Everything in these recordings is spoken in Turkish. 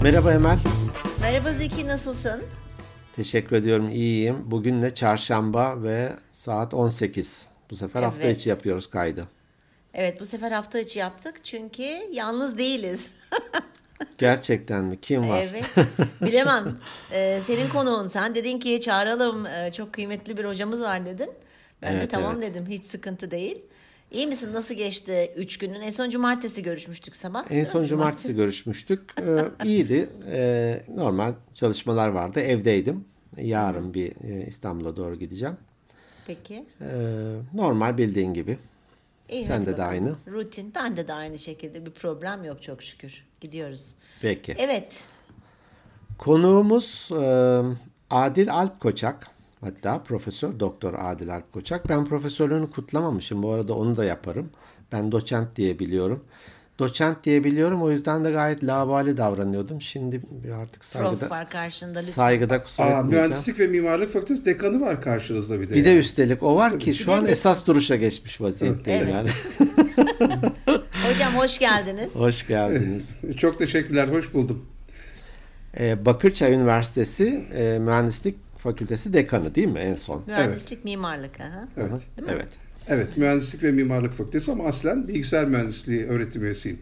Merhaba Emel. Merhaba Zeki, nasılsın? Teşekkür ediyorum, iyiyim. Bugün ne çarşamba ve saat 18. Bu sefer hafta içi Evet. yapıyoruz kaydı. Evet, bu sefer hafta içi yaptık çünkü yalnız değiliz. Gerçekten mi? Kim var? Evet. Bilemem. Senin konuğun. Sen dedin ki çağıralım. Çok kıymetli bir hocamız var dedin. Ben de Evet, tamam evet. dedim. Hiç sıkıntı değil. İyi misin? Nasıl geçti 3 günün? En son cumartesi görüşmüştük sabah. En Değil mi? son cumartesi Cumartesi. görüşmüştük. İyiydi. Normal çalışmalar vardı. Evdeydim. Yarın bir İstanbul'a doğru gideceğim. Peki. Normal bildiğin gibi. İyi, hadi Sende de bakalım. aynı. Rutin. Bende de aynı şekilde bir problem yok çok şükür. Gidiyoruz. Peki. Evet. Konuğumuz Adil Alp Koçak. Hatta Profesör Doktor Adil Alp Koçak. Ben profesörlüğünü kutlamamışım. Bu arada onu da yaparım. Ben doçent diye biliyorum. Doçent diye biliyorum. O yüzden de gayet laubali davranıyordum. Şimdi artık Prof var karşında lütfen. saygıda kusur etmeyeceğim. Mühendislik ve Mimarlık Fakültesi dekanı var karşınızda bir de. Bir de yani. üstelik o var ki Bir şu de an de- esas duruşa geçmiş vaziyetteyim Evet. yani. Hocam hoş geldiniz. Hoş geldiniz. Çok teşekkürler, hoş buldum. Bakırçay Üniversitesi Mühendislik Fakültesi dekanı değil mi en son? Mühendislik, mimarlık. Aha. Evet. Değil mi? Evet. Evet, Mühendislik ve Mimarlık Fakültesi ama aslen bilgisayar mühendisliği öğretim üyesiyim.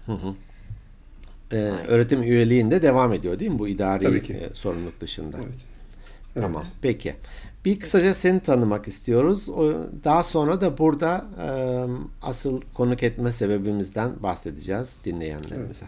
Öğretim üyeliğinde devam ediyor değil mi bu idari Tabii ki. sorumluluk dışında? Evet. Tamam. Peki. Bir kısaca seni tanımak istiyoruz. Daha sonra da burada asıl konuk etme sebebimizden bahsedeceğiz dinleyenlerimize.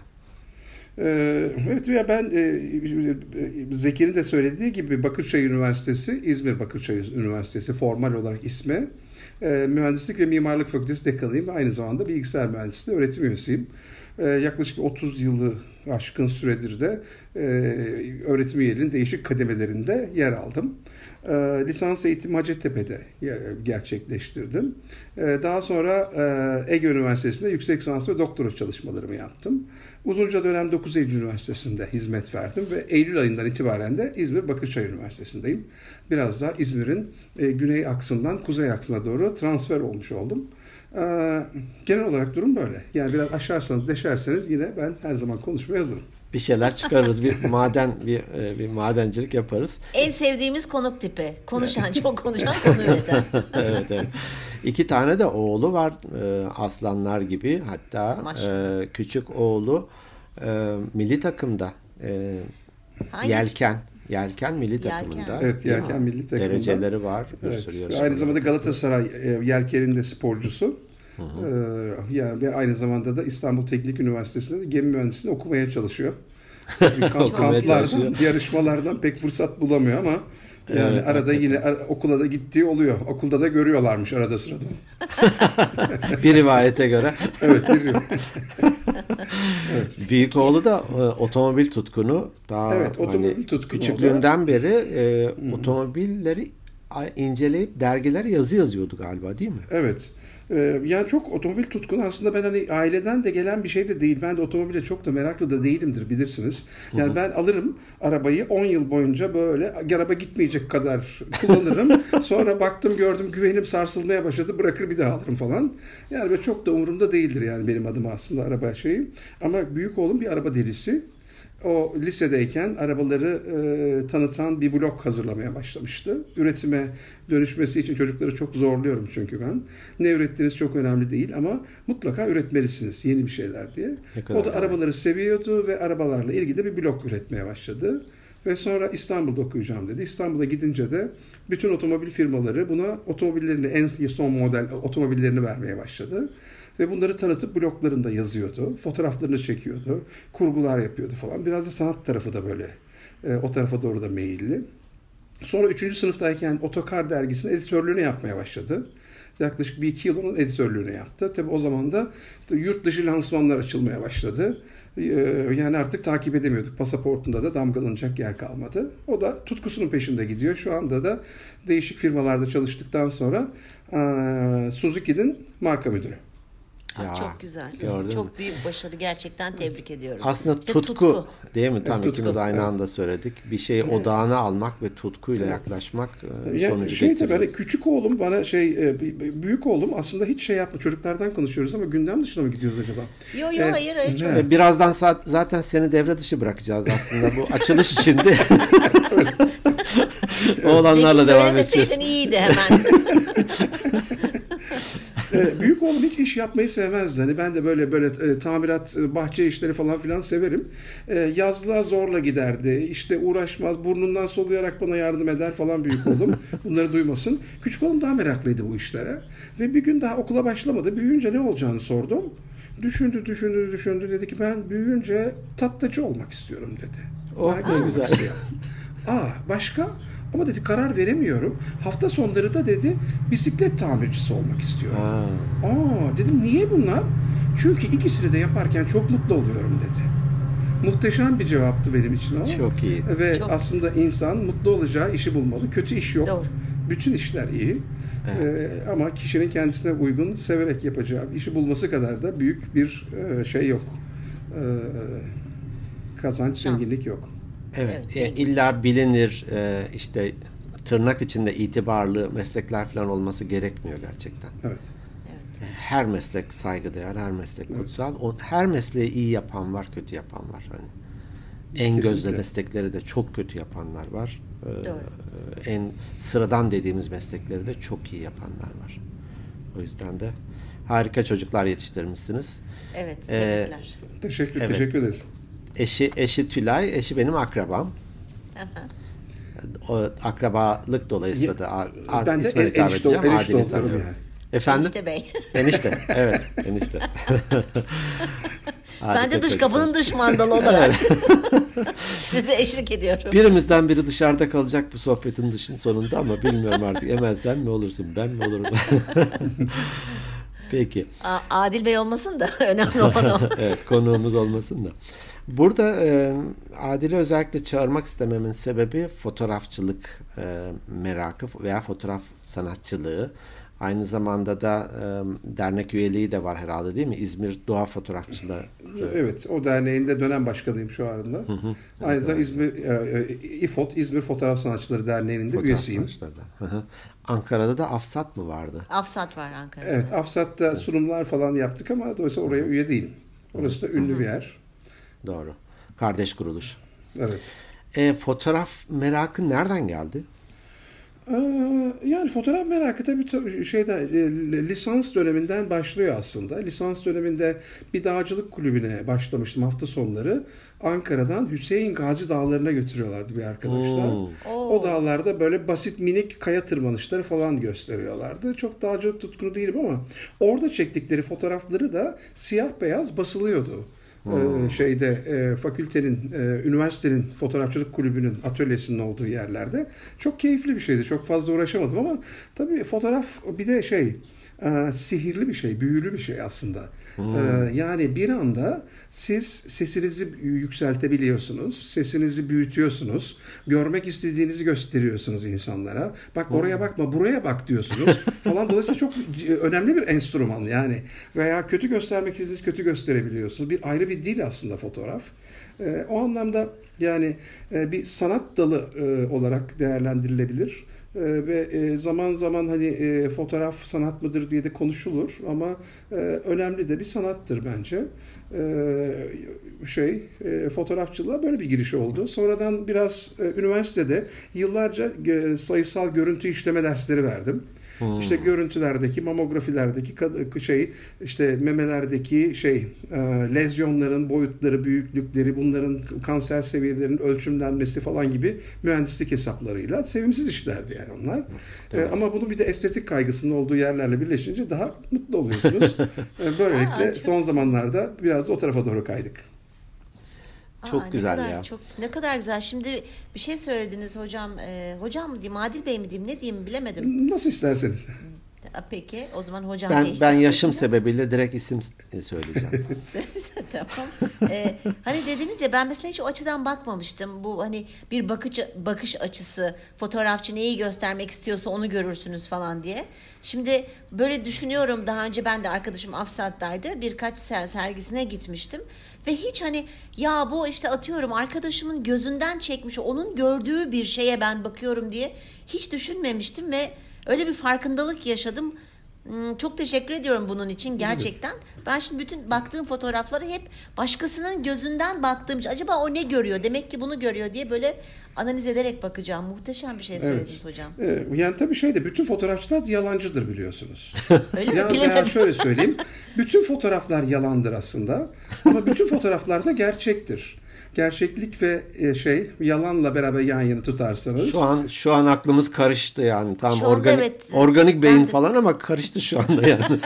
Evet ya ben Zeki'nin de söylediği gibi Bakırçay Üniversitesi, İzmir Bakırçay Üniversitesi formal olarak ismi. Mühendislik ve Mimarlık Fakültesi dekanıyım ve aynı zamanda bilgisayar mühendisliği öğretim üyesiyim. Yaklaşık 30 yılı aşkın süredir de öğretim üyeliğinin değişik kademelerinde yer aldım. Lisans eğitimi Hacettepe'de gerçekleştirdim. Daha sonra Ege Üniversitesi'nde yüksek lisans ve doktora çalışmalarımı yaptım. Uzunca dönem 9 Eylül Üniversitesi'nde hizmet verdim ve Eylül ayından itibaren de İzmir Bakırçay Üniversitesi'ndeyim. Biraz daha İzmir'in güney aksından kuzey aksına doğru transfer olmuş oldum. Genel olarak durum böyle. Yani biraz aşarsanız, deşerseniz yine ben her zaman konuşmaya hazırım. Bir şeyler çıkarırız. Bir madencilik yaparız. En sevdiğimiz konuk tipi. Konuşan, çok konuşan, konu üreten. Evet, evet. İki tane de oğlu var. Aslanlar gibi. Hatta Maşallah. küçük oğlu milli takımda. Hangi? Yelken milli Yelken. takımında. Evet, Değil Yelken mi? milli takımında. Dereceleri var. Bir Evet. sürü Ve yarışması. aynı zamanda Galatasaray Yelken'in de sporcusu. Yani ve aynı zamanda da İstanbul Teknik Üniversitesi'nde de gemi mühendisliğini okumaya çalışıyor. Kamplardan, yarışmalardan pek fırsat bulamıyor ama yani Evet, arada yine okula da gittiği oluyor. Okulda da görüyorlarmış arada sırada. Bir rivayete göre. Evet, biliyorum. Evet. Büyük oğlu da otomobil tutkunu. Daha Evet, otomobil tutkunu küçüklüğünden beri otomobilleri inceleyip dergilere yazı yazıyordu galiba değil mi? Evet. Yani çok otomobil tutkunu aslında ben hani aileden de gelen bir şey de değil. Ben de otomobile çok da meraklı da değilimdir bilirsiniz. Yani ben alırım arabayı 10 yıl boyunca böyle araba gitmeyecek kadar kullanırım. Sonra baktım gördüm güvenim sarsılmaya başladı bırakır bir daha alırım falan. Yani böyle çok da umurumda değildir yani benim adıma aslında araba şeyi. Ama büyük oğlum bir araba delisi. O lisedeyken arabaları tanıtan bir blog hazırlamaya başlamıştı. Üretime dönüşmesi için çocukları çok zorluyorum çünkü ben. Ne ürettiğiniz çok önemli değil ama mutlaka üretmelisiniz yeni bir şeyler diye. O da arabaları seviyordu ve arabalarla ilgili de bir blog üretmeye başladı. Ve sonra İstanbul'da okuyacağım dedi. İstanbul'a gidince de bütün otomobil firmaları buna otomobillerini en son model otomobillerini vermeye başladı. Ve bunları tanıtıp bloglarında yazıyordu. Fotoğraflarını çekiyordu. Kurgular yapıyordu falan. Biraz da sanat tarafı da böyle o tarafa doğru da meyilli. Sonra 3. sınıftayken Otokar dergisinin editörlüğünü yapmaya başladı. Yaklaşık 1-2 yıl onun editörlüğünü yaptı. Tabii o zaman da işte yurt dışı lansmanlar açılmaya başladı. Yani artık takip edemiyorduk. Pasaportunda da damgalanacak yer kalmadı. O da tutkusunun peşinde gidiyor. Şu anda da değişik firmalarda çalıştıktan sonra Suzuki'nin marka müdürü. Ya, Çok güzel. gördün mü? Çok büyük başarı. Gerçekten tebrik ediyorum. Aslında İşte tutku değil mi? Tam tutku, ikimiz aynı evet. anda söyledik. Bir şeyi odağına almak ve tutkuyla yaklaşmak Ya sonucu şey tabii getiriyor. hani küçük oğlum bana büyük oğlum aslında hiç şey yapma, çocuklardan konuşuyoruz ama gündem dışına mı gidiyoruz acaba? Yo hayır. Çok Evet. Birazdan zaten seni devre dışı bırakacağız aslında bu açılış içinde. Oğlanlarla Zeki devam edeceğiz. söylemeseydin iyiydi hemen. Büyük oğlum hiç iş yapmayı sevmezdi. Hani ben de böyle tamirat, bahçe işleri falan filan severim. Yazlığa zorla giderdi. İşte uğraşmaz, burnundan soluyarak bana yardım eder falan büyük oğlum. Bunları duymasın. Küçük oğlum daha meraklıydı bu işlere. Ve bir gün daha okula başlamadı. Büyüyünce ne olacağını sordum. Düşündü. Dedi ki ben büyüyünce tatlıcı olmak istiyorum dedi. Oh, Ben ne olmak güzel. istiyorum. Başka? Ama dedi karar veremiyorum. Hafta sonları da dedi bisiklet tamircisi olmak istiyorum. Dedim niye bunlar? Çünkü ikisini de yaparken çok mutlu oluyorum dedi. Muhteşem bir cevaptı benim için o. Çok iyi. Ve Çok aslında insan mutlu olacağı işi bulmalı. Kötü iş yok. Doğru. Bütün işler iyi. Ama kişinin kendisine uygun, severek yapacağı işi bulması kadar da büyük bir şey yok. Kazanç, zenginlik yok. Evet, zengin. illa bilinir işte tırnak içinde itibarlı meslekler falan olması gerekmiyor gerçekten. Evet. Her meslek saygıdeğer, her meslek kutsal. Her mesleği iyi yapan var, kötü yapan var. Hani en gözde Kesinlikle. meslekleri de çok kötü yapanlar var. Doğru. En sıradan dediğimiz meslekleri de çok iyi yapanlar var. O yüzden de harika çocuklar yetiştirmişsiniz. Evet, tebrikler. Teşekkür ederiz. Eşi Tülay, eşi benim akrabam. Aha. O akrabalık dolayısıyla da Ben de ismine hitap enişte edeceğim. Adil'i oluyorum tanıyorum. yani. Efendim? Enişte Bey. Enişte. Evet, enişte. Ben Harika de dış çocuklar. kapının dış mandalı olarak size eşlik ediyorum. Birimizden biri dışarıda kalacak bu sohbetin sonunda ama bilmiyorum artık. Emel sen mi olursun, ben mi olurum? Peki. Adil Bey olmasın da önemli olan o. Evet, konuğumuz olmasın da. Burada Adil'i özellikle çağırmak istememin sebebi fotoğrafçılık merakı veya fotoğraf sanatçılığı. Aynı zamanda da dernek üyeliği de var herhalde değil mi? İzmir Doğa Fotoğrafçılığı. Evet, o derneğin de dönem başkanıyım şu anda. Aynı zamanda İFOT, İzmir Fotoğraf Sanatçıları Derneği'nin de Fotoğraf üyesiyim. sanatçılarında. Ankara'da da Afsat mı vardı? Afsat var Ankara'da. Evet, Afsat'ta sunumlar falan yaptık ama dolayısıyla oraya üye değilim. Orası da ünlü bir yer. Doğru. Kardeş kuruluş. Evet. Fotoğraf merakı nereden geldi? Yani fotoğraf merakı tabii lisans döneminden başlıyor aslında. Lisans döneminde bir dağcılık kulübüne başlamıştım hafta sonları. Ankara'dan Hüseyin Gazi Dağları'na götürüyorlardı bir arkadaşlar. O dağlarda böyle basit minik kaya tırmanışları falan gösteriyorlardı. Çok dağcılık tutkunu değilim ama orada çektikleri fotoğrafları da siyah beyaz basılıyordu. Fakültenin, üniversitenin fotoğrafçılık kulübünün atölyesinin olduğu yerlerde. Çok keyifli bir şeydi. Çok fazla uğraşamadım ama tabii fotoğraf bir de sihirli bir şey, büyülü bir şey aslında. Yani bir anda siz sesinizi yükseltebiliyorsunuz, sesinizi büyütüyorsunuz, görmek istediğinizi gösteriyorsunuz insanlara. Bak oraya bakma, buraya bak diyorsunuz falan. Dolayısıyla çok önemli bir enstrüman yani. Veya kötü göstermek istediğinizi kötü gösterebiliyorsunuz. Ayrı bir dil aslında fotoğraf. O anlamda yani bir sanat dalı olarak değerlendirilebilir. Ve zaman zaman fotoğraf sanat mıdır diye de konuşulur ama önemli de bir sanattır bence. Fotoğrafçılığa böyle bir giriş oldu. Sonradan biraz üniversitede yıllarca sayısal görüntü işleme dersleri verdim. İşte görüntülerdeki, mamografilerdeki memelerdeki lezyonların boyutları, büyüklükleri, bunların kanser seviyelerinin ölçümlenmesi falan gibi mühendislik hesaplarıyla sevimsiz işlerdi yani onlar. Ama bunu bir de estetik kaygısının olduğu yerlerle birleşince daha mutlu oluyorsunuz. Böylelikle son zamanlarda biraz da o tarafa doğru kaydık. Çok güzel ya. Ne kadar güzel. Şimdi bir şey söylediniz hocam. Hocam mı diyeyim, Adil Bey mi diyeyim, ne diyeyim bilemedim. Nasıl isterseniz. Peki o zaman hocam Ben yaşım sebebiyle direkt isim söyleyeceğim. Tamam. Hani dediniz ya, ben mesela hiç o açıdan bakmamıştım. Bu hani bir bakış açısı, fotoğrafçı neyi göstermek istiyorsa onu görürsünüz falan diye. Şimdi böyle düşünüyorum, daha önce ben de arkadaşım Afsat'taydı. Birkaç sergisine gitmiştim. Ve hiç hani ya bu işte atıyorum arkadaşımın gözünden çekmiş, onun gördüğü bir şeye ben bakıyorum diye hiç düşünmemiştim ve öyle bir farkındalık yaşadım. Çok teşekkür ediyorum bunun için gerçekten. Ben şimdi bütün baktığım fotoğrafları hep başkasının gözünden baktığım için, acaba o ne görüyor? Demek ki bunu görüyor diye böyle analiz ederek bakacağım. Muhteşem bir şey söylediniz hocam. Yani tabii bütün fotoğrafçılar yalancıdır biliyorsunuz. Öyle mi? Yani Bilemedim. şöyle söyleyeyim. Bütün fotoğraflar yalandır aslında. Ama bütün fotoğraflar da gerçektir. Gerçeklik ve yalanla beraber yan yana tutarsanız. Şu an aklımız karıştı yani. Tam Şu anda organik evet. organik beyin Ben de- falan ama karıştı şu anda yani.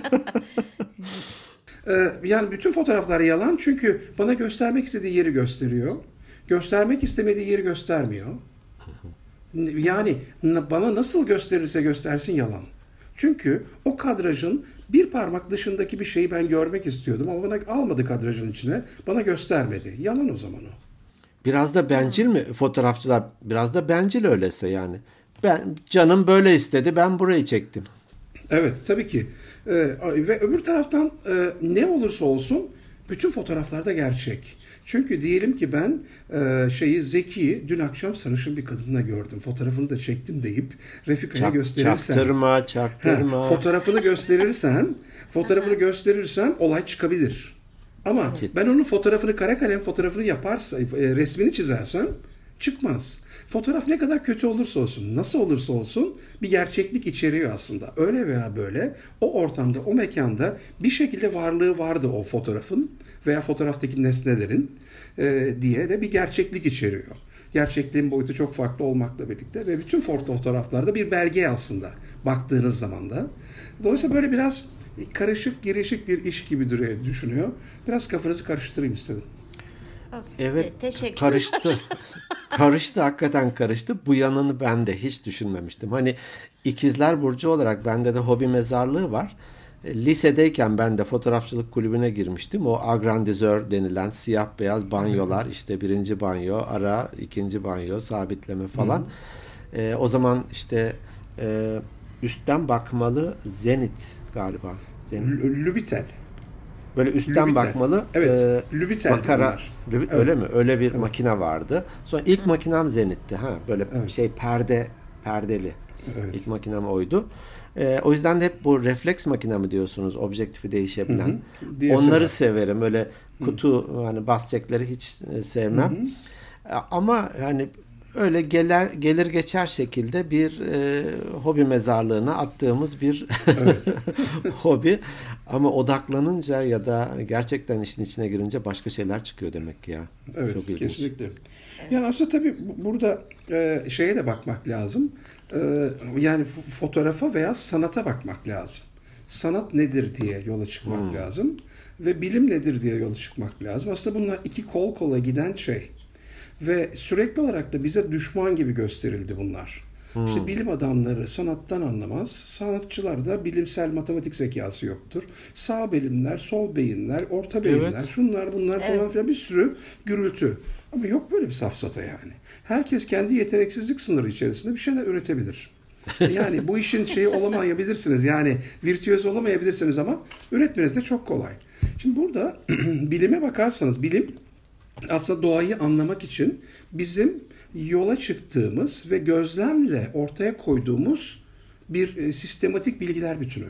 Yani bütün fotoğraflar yalan çünkü bana göstermek istediği yeri gösteriyor. Göstermek istemediği yeri göstermiyor. Yani bana nasıl gösterirse göstersin yalan. Çünkü o kadrajın bir parmak dışındaki bir şeyi ben görmek istiyordum ama bana almadı kadrajın içine. Bana göstermedi. Yalan o zaman o. Biraz da bencil mi fotoğrafçılar? Biraz da bencil öyleyse yani. Canım böyle istedi, ben burayı çektim. Evet, tabii ki. Ve öbür taraftan ne olursa olsun bütün fotoğraflarda gerçek. Çünkü diyelim ki ben Zeki'yi dün akşam sarışın bir kadınla gördüm. Fotoğrafını da çektim deyip Refika'ya gösterirsen. Çaktırma. Fotoğrafını gösterirsem olay çıkabilir. Ama ben onun fotoğrafını, kara kalem fotoğrafını resmini çizersem çıkmaz. Fotoğraf ne kadar kötü olursa olsun, nasıl olursa olsun bir gerçeklik içeriyor aslında. Öyle veya böyle o ortamda, o mekanda bir şekilde varlığı vardı o fotoğrafın veya fotoğraftaki nesnelerin diye de bir gerçeklik içeriyor. Gerçekliğin boyutu çok farklı olmakla birlikte ve bütün fotoğraflarda bir belge aslında baktığınız zaman da. Dolayısıyla böyle biraz karışık, girişik bir iş gibi düşünüyor. Biraz kafanızı karıştırayım istedim. Evet, Teşekkür karıştı, hakikaten karıştı. Bu yanını ben de hiç düşünmemiştim. Hani İkizler Burcu olarak bende de hobi mezarlığı var. Lisedeyken ben de fotoğrafçılık kulübüne girmiştim. O agrandizör denilen siyah beyaz banyolar, işte birinci banyo, ara, ikinci banyo, sabitleme falan. O zaman işte üstten bakmalı Zenit galiba. Lubitel. Böyle üstten Lubitel. bakmalı. Evet. Lubitel. Makara. Evet. Öyle mi? Öyle bir makine vardı. Sonra ilk makinem Zenit'ti. Böyle perdeli. Evet. İlk makinem oydu. O yüzden de hep bu refleks makine mi diyorsunuz? Objektifi değişebilen. Onları severim. Öyle kutu hani basçekleri hiç sevmem. Ama hani öyle gelir geçer şekilde bir hobi mezarlığına attığımız bir hobi. Ama odaklanınca ya da gerçekten işin içine girince başka şeyler çıkıyor demek ki ya. Evet, çok ilginç. kesinlikle. Yani aslında tabii burada şeye de bakmak lazım. Yani fotoğrafa veya sanata bakmak lazım. Sanat nedir diye yola çıkmak lazım. Ve bilim nedir diye yola çıkmak lazım. Aslında bunlar iki kol kola giden şey. Ve sürekli olarak da bize düşman gibi gösterildi bunlar. İşte bilim adamları sanattan anlamaz. Sanatçılar da bilimsel matematik zekası yoktur. Sağ bilimler, sol beyinler, orta beyinler, şunlar bunlar falan filan bir sürü gürültü. Ama yok böyle bir safsata yani. Herkes kendi yeteneksizlik sınırı içerisinde bir şeyler üretebilir. Yani bu işin şeyi olamayabilirsiniz. Yani virtüöz olamayabilirsiniz ama üretmeniz de çok kolay. Şimdi burada bilime bakarsanız bilim aslında doğayı anlamak için bizim yola çıktığımız ve gözlemle ortaya koyduğumuz bir sistematik bilgiler bütünü.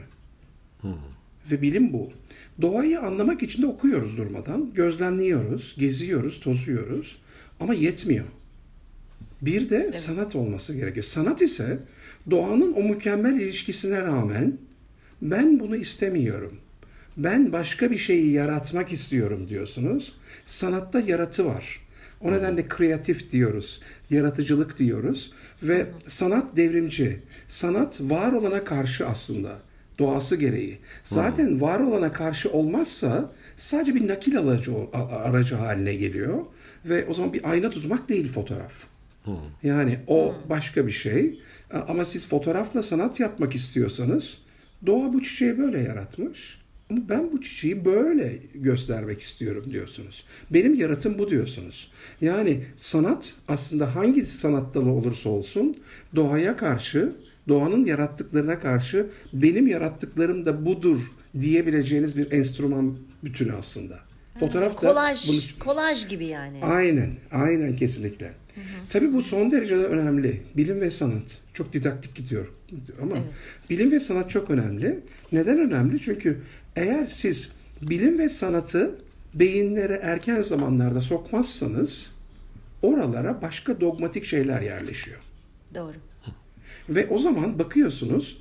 Ve bilim bu. Doğayı anlamak için de okuyoruz durmadan, gözlemliyoruz, geziyoruz, tozuyoruz ama yetmiyor. Bir de sanat olması gerekiyor. Sanat ise doğanın o mükemmel ilişkisine rağmen ben bunu istemiyorum. Ben başka bir şeyi yaratmak istiyorum diyorsunuz. Sanatta yaratı var. O nedenle kreatif diyoruz, yaratıcılık diyoruz ve sanat devrimci. Sanat var olana karşı aslında, doğası gereği. Zaten var olana karşı olmazsa sadece bir nakil aracı haline geliyor ve o zaman bir ayna tutmak değil fotoğraf. Yani o başka bir şey. Ama siz fotoğrafla sanat yapmak istiyorsanız Doğa bu çiçeği böyle yaratmış. Ama ben bu çiçeği böyle göstermek istiyorum diyorsunuz. Benim yaratım bu diyorsunuz. Yani sanat aslında hangi sanat dalı olursa olsun doğaya karşı, doğanın yarattıklarına karşı benim yarattıklarım da budur diyebileceğiniz bir enstrüman bütünü aslında. Fotoğraf da kolaj gibi yani. Aynen kesinlikle. Tabii bu son derece de önemli. Bilim ve sanat. Çok didaktik gidiyor. Ama bilim ve sanat çok önemli. Neden önemli? Çünkü eğer siz bilim ve sanatı beyinlere erken zamanlarda sokmazsanız oralara başka dogmatik şeyler yerleşiyor. Doğru. Ve o zaman bakıyorsunuz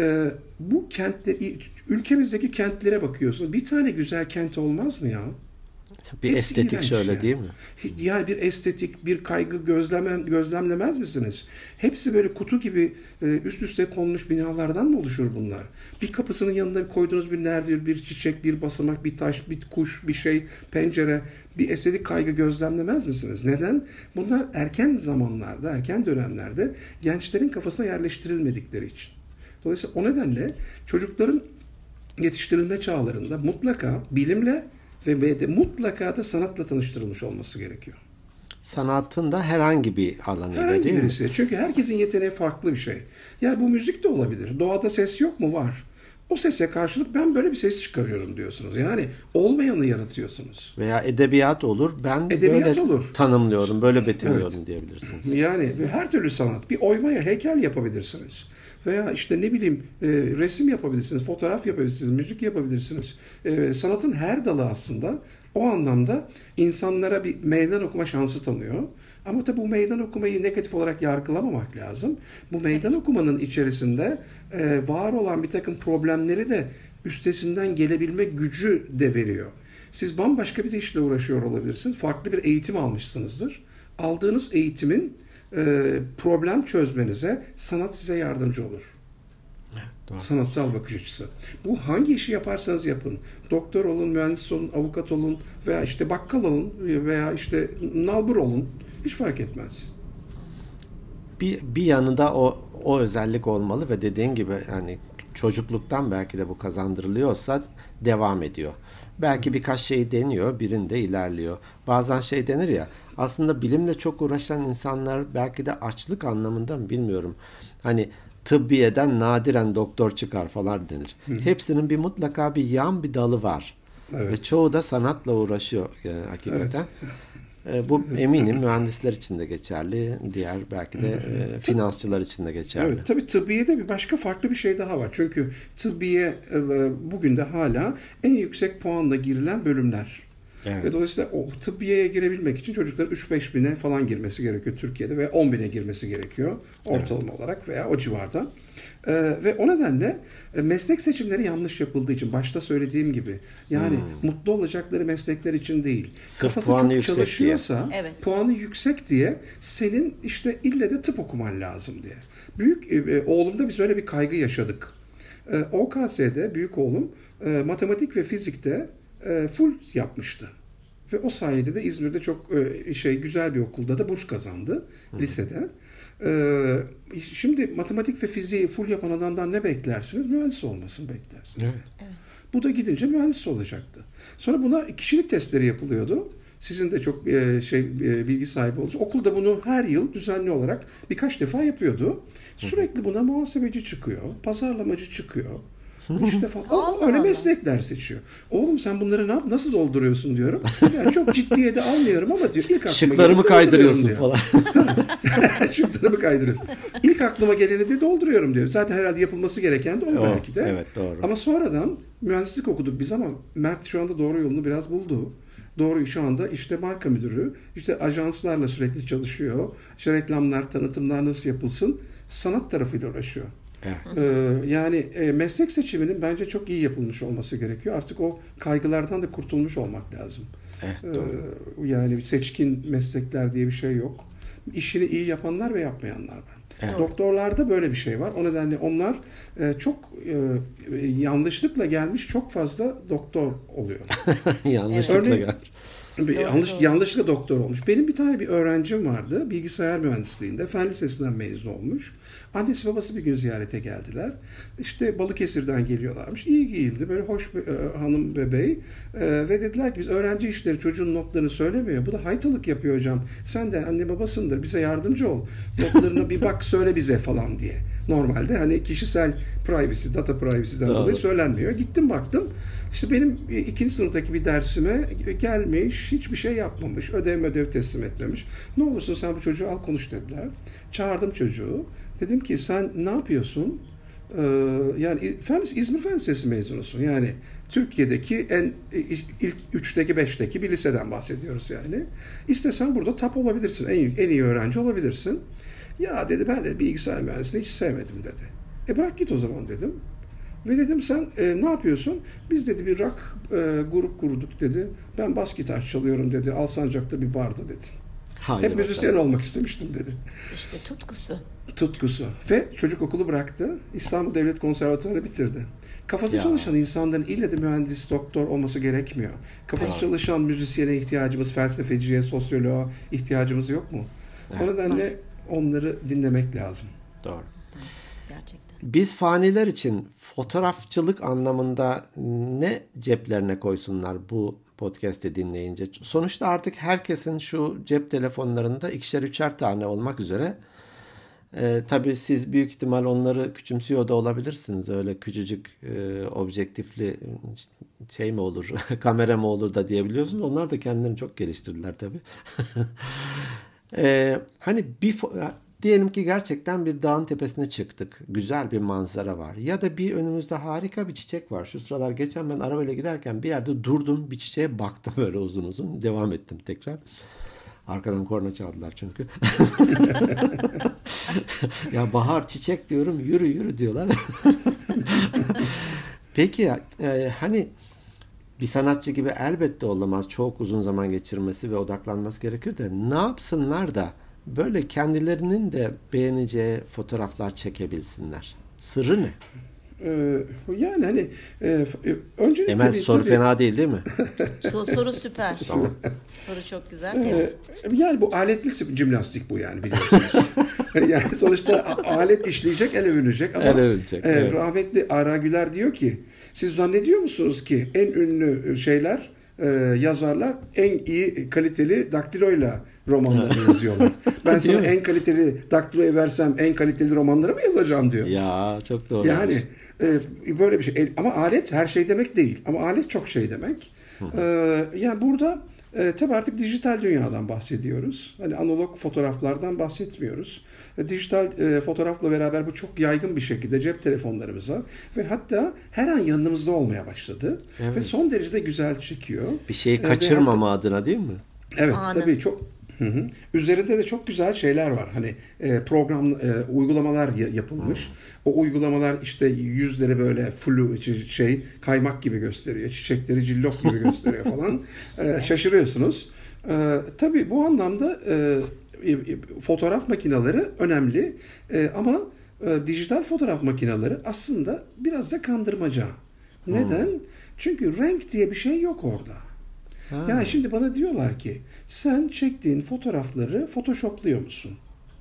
bu ülkemizdeki kentlere bakıyorsunuz. Bir tane güzel kent olmaz mı ya? Bir hepsi estetik şöyle yani. Değil mi? Yani bir estetik, bir kaygı gözlemlemez misiniz? Hepsi böyle kutu gibi üst üste konmuş binalardan mı oluşur bunlar? Bir kapısının yanında koyduğunuz bir nervür, bir çiçek, bir basamak, bir taş, bir kuş, bir şey, pencere, bir estetik kaygı gözlemlemez misiniz? Neden? Bunlar erken zamanlarda, erken dönemlerde gençlerin kafasına yerleştirilmedikleri için. Dolayısıyla o nedenle çocukların yetiştirilme çağlarında mutlaka bilimle ve mutlaka da sanatla tanıştırılmış olması gerekiyor. Sanatın da herhangi bir alanı değil birisi. Mi? Çünkü herkesin yeteneği farklı bir şey. Yani bu müzik de olabilir. Doğada ses yok mu? Var. O sese karşılık ben böyle bir ses çıkarıyorum diyorsunuz. Yani olmayanı yaratıyorsunuz. Veya edebiyat olur. Ben böyle tanımlıyorum, böyle betimliyorum diyebilirsiniz. Yani her türlü sanat. Bir oymaya heykel yapabilirsiniz. Veya işte ne bileyim resim yapabilirsiniz, fotoğraf yapabilirsiniz, müzik yapabilirsiniz. Sanatın her dalı aslında o anlamda insanlara bir meydan okuma şansı tanıyor. Ama tabii bu meydan okumayı negatif olarak yargılamamak lazım. Bu meydan okumanın içerisinde var olan bir takım problemleri de üstesinden gelebilme gücü de veriyor. Siz bambaşka bir işle uğraşıyor olabilirsiniz. Farklı bir eğitim almışsınızdır. Aldığınız eğitimin problem çözmenize sanat size yardımcı olur. Evet, sanatsal bakış açısı. Bu hangi işi yaparsanız yapın. Doktor olun, mühendis olun, avukat olun veya işte bakkal olun veya işte nalbur olun. Hiç fark etmez. Bir yanında o özellik olmalı ve dediğin gibi yani çocukluktan belki de bu kazandırılıyorsa devam ediyor. Belki birkaç şeyi deniyor, birinde ilerliyor. Bazen şey denir ya, aslında bilimle çok uğraşan insanlar belki de açlık anlamında mı bilmiyorum. Hani tıbbiyeden nadiren doktor çıkar falan denir. Hepsinin mutlaka bir yan bir dalı var. Evet. Ve çoğu da sanatla uğraşıyor hakikaten. Evet. Bu eminim mühendisler için de geçerli, diğer belki de finansçılar için de geçerli. Evet, tabii tıbbiyede bir başka farklı bir şey daha var. Çünkü tıbbiye bugün de hala en yüksek puanla girilen bölümler. Evet. Ve dolayısıyla o tıbbiyeye girebilmek için çocukların 3-5 bine falan girmesi gerekiyor Türkiye'de ve 10 bine girmesi gerekiyor ortalama olarak veya o civarda. Ve o nedenle meslek seçimleri yanlış yapıldığı için başta söylediğim gibi yani mutlu olacakları meslekler için değil. Sırf kafası çok çalışıyorsa puanı yüksek diye senin işte ille de tıp okuman lazım diye. Oğlumda biz öyle bir kaygı yaşadık. OKS'de büyük oğlum matematik ve fizikte full yapmıştı. Ve o sayede de İzmir'de çok güzel bir okulda da burs kazandı lisede. Şimdi matematik ve fiziği full yapan adamdan ne beklersiniz? Mühendis olmasını beklersiniz. Evet. Bu da gidince mühendis olacaktı. Sonra buna kişilik testleri yapılıyordu. Sizin de çok bilgi sahibi oldunuz. Okulda bunu her yıl düzenli olarak birkaç defa yapıyordu. Sürekli buna muhasebeci çıkıyor, pazarlamacı çıkıyor. İşte falan. Öyle meslekler seçiyor. Oğlum sen bunları nasıl dolduruyorsun diyorum. Yani çok ciddiye de almıyorum ama diyor. Şıklarımı kaydırıyorsun falan. Şıklarımı kaydırıyorsun. İlk aklıma geleni de dolduruyorum diyor. Zaten herhalde yapılması gereken de o belki de. Evet, doğru. Ama sonradan mühendislik okuduk biz ama Mert şu anda doğru yolunu biraz buldu. Doğru şu anda işte marka müdürü, işte ajanslarla sürekli çalışıyor. İşte reklamlar, tanıtımlar nasıl yapılsın? Sanat tarafıyla uğraşıyor. Evet. Yani meslek seçiminin bence çok iyi yapılmış olması gerekiyor. Artık o kaygılardan da kurtulmuş olmak lazım. Evet, yani seçkin meslekler diye bir şey yok. İşini iyi yapanlar ve yapmayanlar var. Evet. Doktorlarda böyle bir şey var. O nedenle onlar çok yanlışlıkla gelmiş çok fazla doktor oluyor. Yanlışlıkla gelmiş. Yanlışlıkla doktor olmuş. Benim bir tane bir öğrencim vardı. Bilgisayar mühendisliğinde. Fen Lisesi'nden mezun olmuş. Annesi babası bir gün ziyarete geldiler. İşte Balıkesir'den geliyorlarmış. İyi giyindi. Böyle hoş bir hanım bey. Ve dediler ki biz öğrenci işleri çocuğun notlarını söylemiyor. Bu da haytalık yapıyor hocam. Sen de anne babasındır. Bize yardımcı ol. Notlarına bir bak söyle bize falan diye. Normalde hani kişisel privacy, data privacy'den dolayı söylenmiyor. Gittim baktım. İşte benim 2. sınıftaki bir dersime gelmiş, hiçbir şey yapmamış, ödev teslim etmemiş. Ne olursun sen bu çocuğu al konuş dediler. Çağırdım çocuğu. Dedim ki sen ne yapıyorsun? Yani İzmir Fen Lisesi mezunusun. Yani Türkiye'deki ilk 3'teki 5'teki bir liseden bahsediyoruz yani. İstesen burada tap olabilirsin, en iyi öğrenci olabilirsin. Ya dedi ben de bilgisayar mühendisliğini hiç sevmedim dedi. Bırak git o zaman dedim. Ve dedim sen ne yapıyorsun? Biz dedi bir rock grup kurduk dedi. Ben bas gitar çalıyorum dedi. Alsancak'ta bir barda dedi. Hep müzisyen olmak istemiştim dedi. İşte Tutkusu. Ve çocuk okulu bıraktı. İstanbul Devlet Konservatuvarı'nı bitirdi. Kafası çalışan insanların ille de mühendis, doktor olması gerekmiyor. Kafası çalışan müzisyene ihtiyacımız, felsefeciye, sosyoloğa ihtiyacımız yok mu? O nedenle onları dinlemek lazım. Doğru. Gerçekten. Biz faniler için fotoğrafçılık anlamında ne ceplerine koysunlar bu podcast'i dinleyince? Sonuçta artık herkesin şu cep telefonlarında 2'şer 3'er tane olmak üzere. Tabii siz büyük ihtimal onları küçümsüyor da olabilirsiniz. Öyle küçücük objektifli şey mi olur, kamera mı olur da diyebiliyorsunuz. Onlar da kendilerini çok geliştirdiler tabii. Hani diyelim ki gerçekten bir dağın tepesine çıktık. Güzel bir manzara var. Ya da bir önümüzde harika bir çiçek var. Şu sıralar geçen ben arabayla giderken bir yerde durdum. Bir çiçeğe baktım böyle uzun uzun. Devam ettim tekrar. Arkadan korna çaldılar çünkü. Ya bahar çiçek diyorum, yürü diyorlar. Peki hani bir sanatçı gibi elbette olamaz. Çok uzun zaman geçirmesi ve odaklanması gerekir de ne yapsınlar da böyle kendilerinin de beğeneceği fotoğraflar çekebilsinler? Sırrı ne? Yani hani öncelikle Emel soru fena değil mi? Soru süper. Tamam. Soru çok güzel. Yani bu aletli jimnastik bu yani biliyorsunuz. Yani sonuçta alet işleyecek, el övünecek ama evet. Rahmetli Ara Güler diyor ki siz zannediyor musunuz ki en ünlü şeyler yazarlar en iyi kaliteli daktiloyla romanlarını yazıyorlar. Ben sana en kaliteli daktiloyu versem en kaliteli romanları mı yazacağım diyor. Ya çok doğru. Yani böyle bir şey. Ama alet her şey demek değil. Ama alet çok şey demek. Yani burada tabii artık dijital dünyadan bahsediyoruz. Hani analog fotoğraflardan bahsetmiyoruz. Dijital fotoğrafla beraber bu çok yaygın bir şekilde cep telefonlarımıza ve hatta her an yanımızda olmaya başladı. Evet. Ve son derece de güzel çekiyor. Bir şeyi kaçırmama adına değil mi? Evet tabii çok. Üzerinde de çok güzel şeyler var. Hani uygulamalar yapılmış. O uygulamalar işte yüzleri böyle flu kaymak gibi gösteriyor. Çiçekleri cillop gibi gösteriyor falan. Şaşırıyorsunuz. Tabii bu anlamda fotoğraf makineleri önemli. Ama dijital fotoğraf makineleri aslında biraz da kandırmaca. Neden? Çünkü renk diye bir şey yok orada. Yani şimdi bana diyorlar ki sen çektiğin fotoğrafları photoshopluyor musun?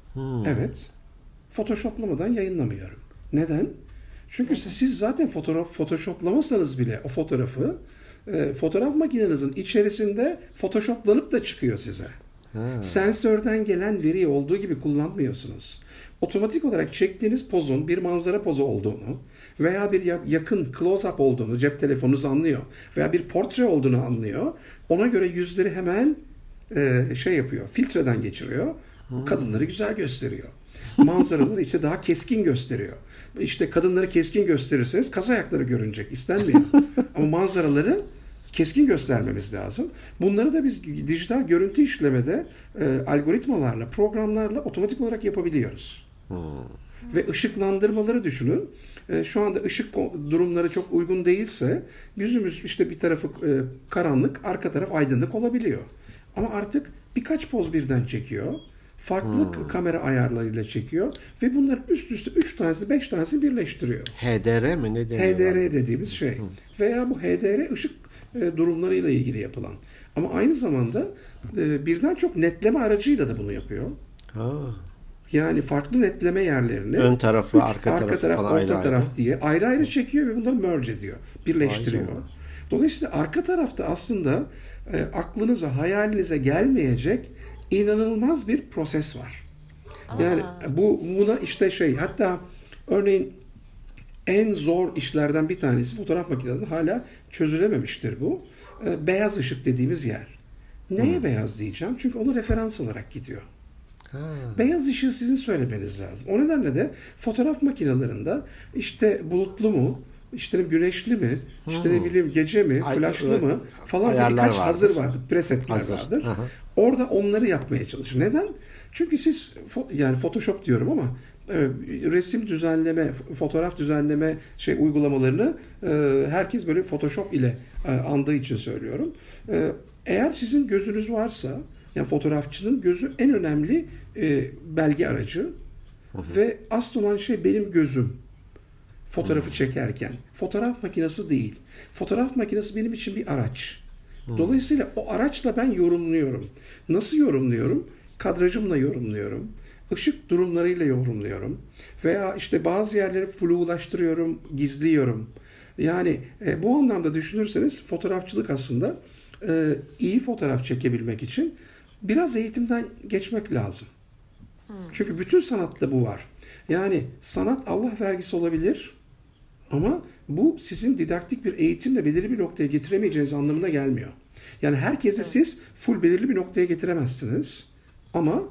Evet. Photoshoplamadan yayınlamıyorum. Neden? Çünkü siz zaten photoshoplamasanız bile o fotoğrafı fotoğraf makinenizin içerisinde photoshoplanıp da çıkıyor size. Sensörden gelen veriyi olduğu gibi kullanmıyorsunuz. Otomatik olarak çektiğiniz pozun bir manzara pozu olduğunu veya bir yakın close-up olduğunu cep telefonunuz anlıyor veya bir portre olduğunu anlıyor. Ona göre yüzleri hemen yapıyor, filtreden geçiriyor. Kadınları güzel gösteriyor. Manzaraları işte daha keskin gösteriyor. İşte kadınları keskin gösterirseniz kaz ayakları görünecek, istenmiyor. Ama manzaraları keskin göstermemiz lazım. Bunları da biz dijital görüntü işlemede algoritmalarla, programlarla otomatik olarak yapabiliyoruz. Ve ışıklandırmaları düşünün. Şu anda ışık durumları çok uygun değilse yüzümüz işte bir tarafı karanlık, arka taraf aydınlık olabiliyor. Ama artık birkaç poz birden çekiyor. Farklı kamera ayarlarıyla çekiyor ve bunların üst üste 3 tanesi 5 tanesi birleştiriyor. HDR mi ne deniyor? HDR dediğimiz şey. Veya bu HDR ışık durumlarıyla ilgili yapılan. Ama aynı zamanda birden çok netleme aracıyla da bunu yapıyor. Ha. Yani farklı netleme yerlerini Ön tarafı, arka taraf falan orta ayrı taraf ayrı. diye ayrı ayrı çekiyor ve bunları merge ediyor. Birleştiriyor. Vay canına. Dolayısıyla arka tarafta aslında aklınıza, hayalinize gelmeyecek inanılmaz bir proses var. Yani buna işte hatta örneğin en zor işlerden bir tanesi fotoğraf makinelerinde hala çözülememiştir bu. Beyaz ışık dediğimiz yer. Neye beyaz diyeceğim? Çünkü onu referans olarak gidiyor. Ha. Beyaz ışığı sizin söylemeniz lazım. O nedenle de fotoğraf makinelerinde işte bulutlu mu, işte güneşli mi, işte ne bileyim gece mi, flashlı mı falan diye Ayarlar birkaç vardır. hazır vardır, presetler Hazır. vardır. Aha. Orada onları yapmaya çalışır. Neden? Çünkü siz yani Photoshop diyorum ama resim düzenleme, fotoğraf düzenleme uygulamalarını herkes böyle Photoshop ile andığı için söylüyorum. Eğer sizin gözünüz varsa, yani fotoğrafçının gözü en önemli belge aracı ve asıl olan şey benim gözüm. Fotoğrafı çekerken. Fotoğraf makinesi değil. Fotoğraf makinesi benim için bir araç. Dolayısıyla o araçla ben yorumluyorum. Nasıl yorumluyorum? Kadrajımla yorumluyorum. Işık durumlarıyla yorumluyorum. Veya işte bazı yerleri flulaştırıyorum, gizliyorum. Yani bu anlamda düşünürseniz fotoğrafçılık aslında iyi fotoğraf çekebilmek için biraz eğitimden geçmek lazım. Çünkü bütün sanatta bu var. Yani sanat Allah vergisi olabilir ama bu sizin didaktik bir eğitimle belirli bir noktaya getiremeyeceğiniz anlamına gelmiyor. Yani herkesi siz full belirli bir noktaya getiremezsiniz. Ama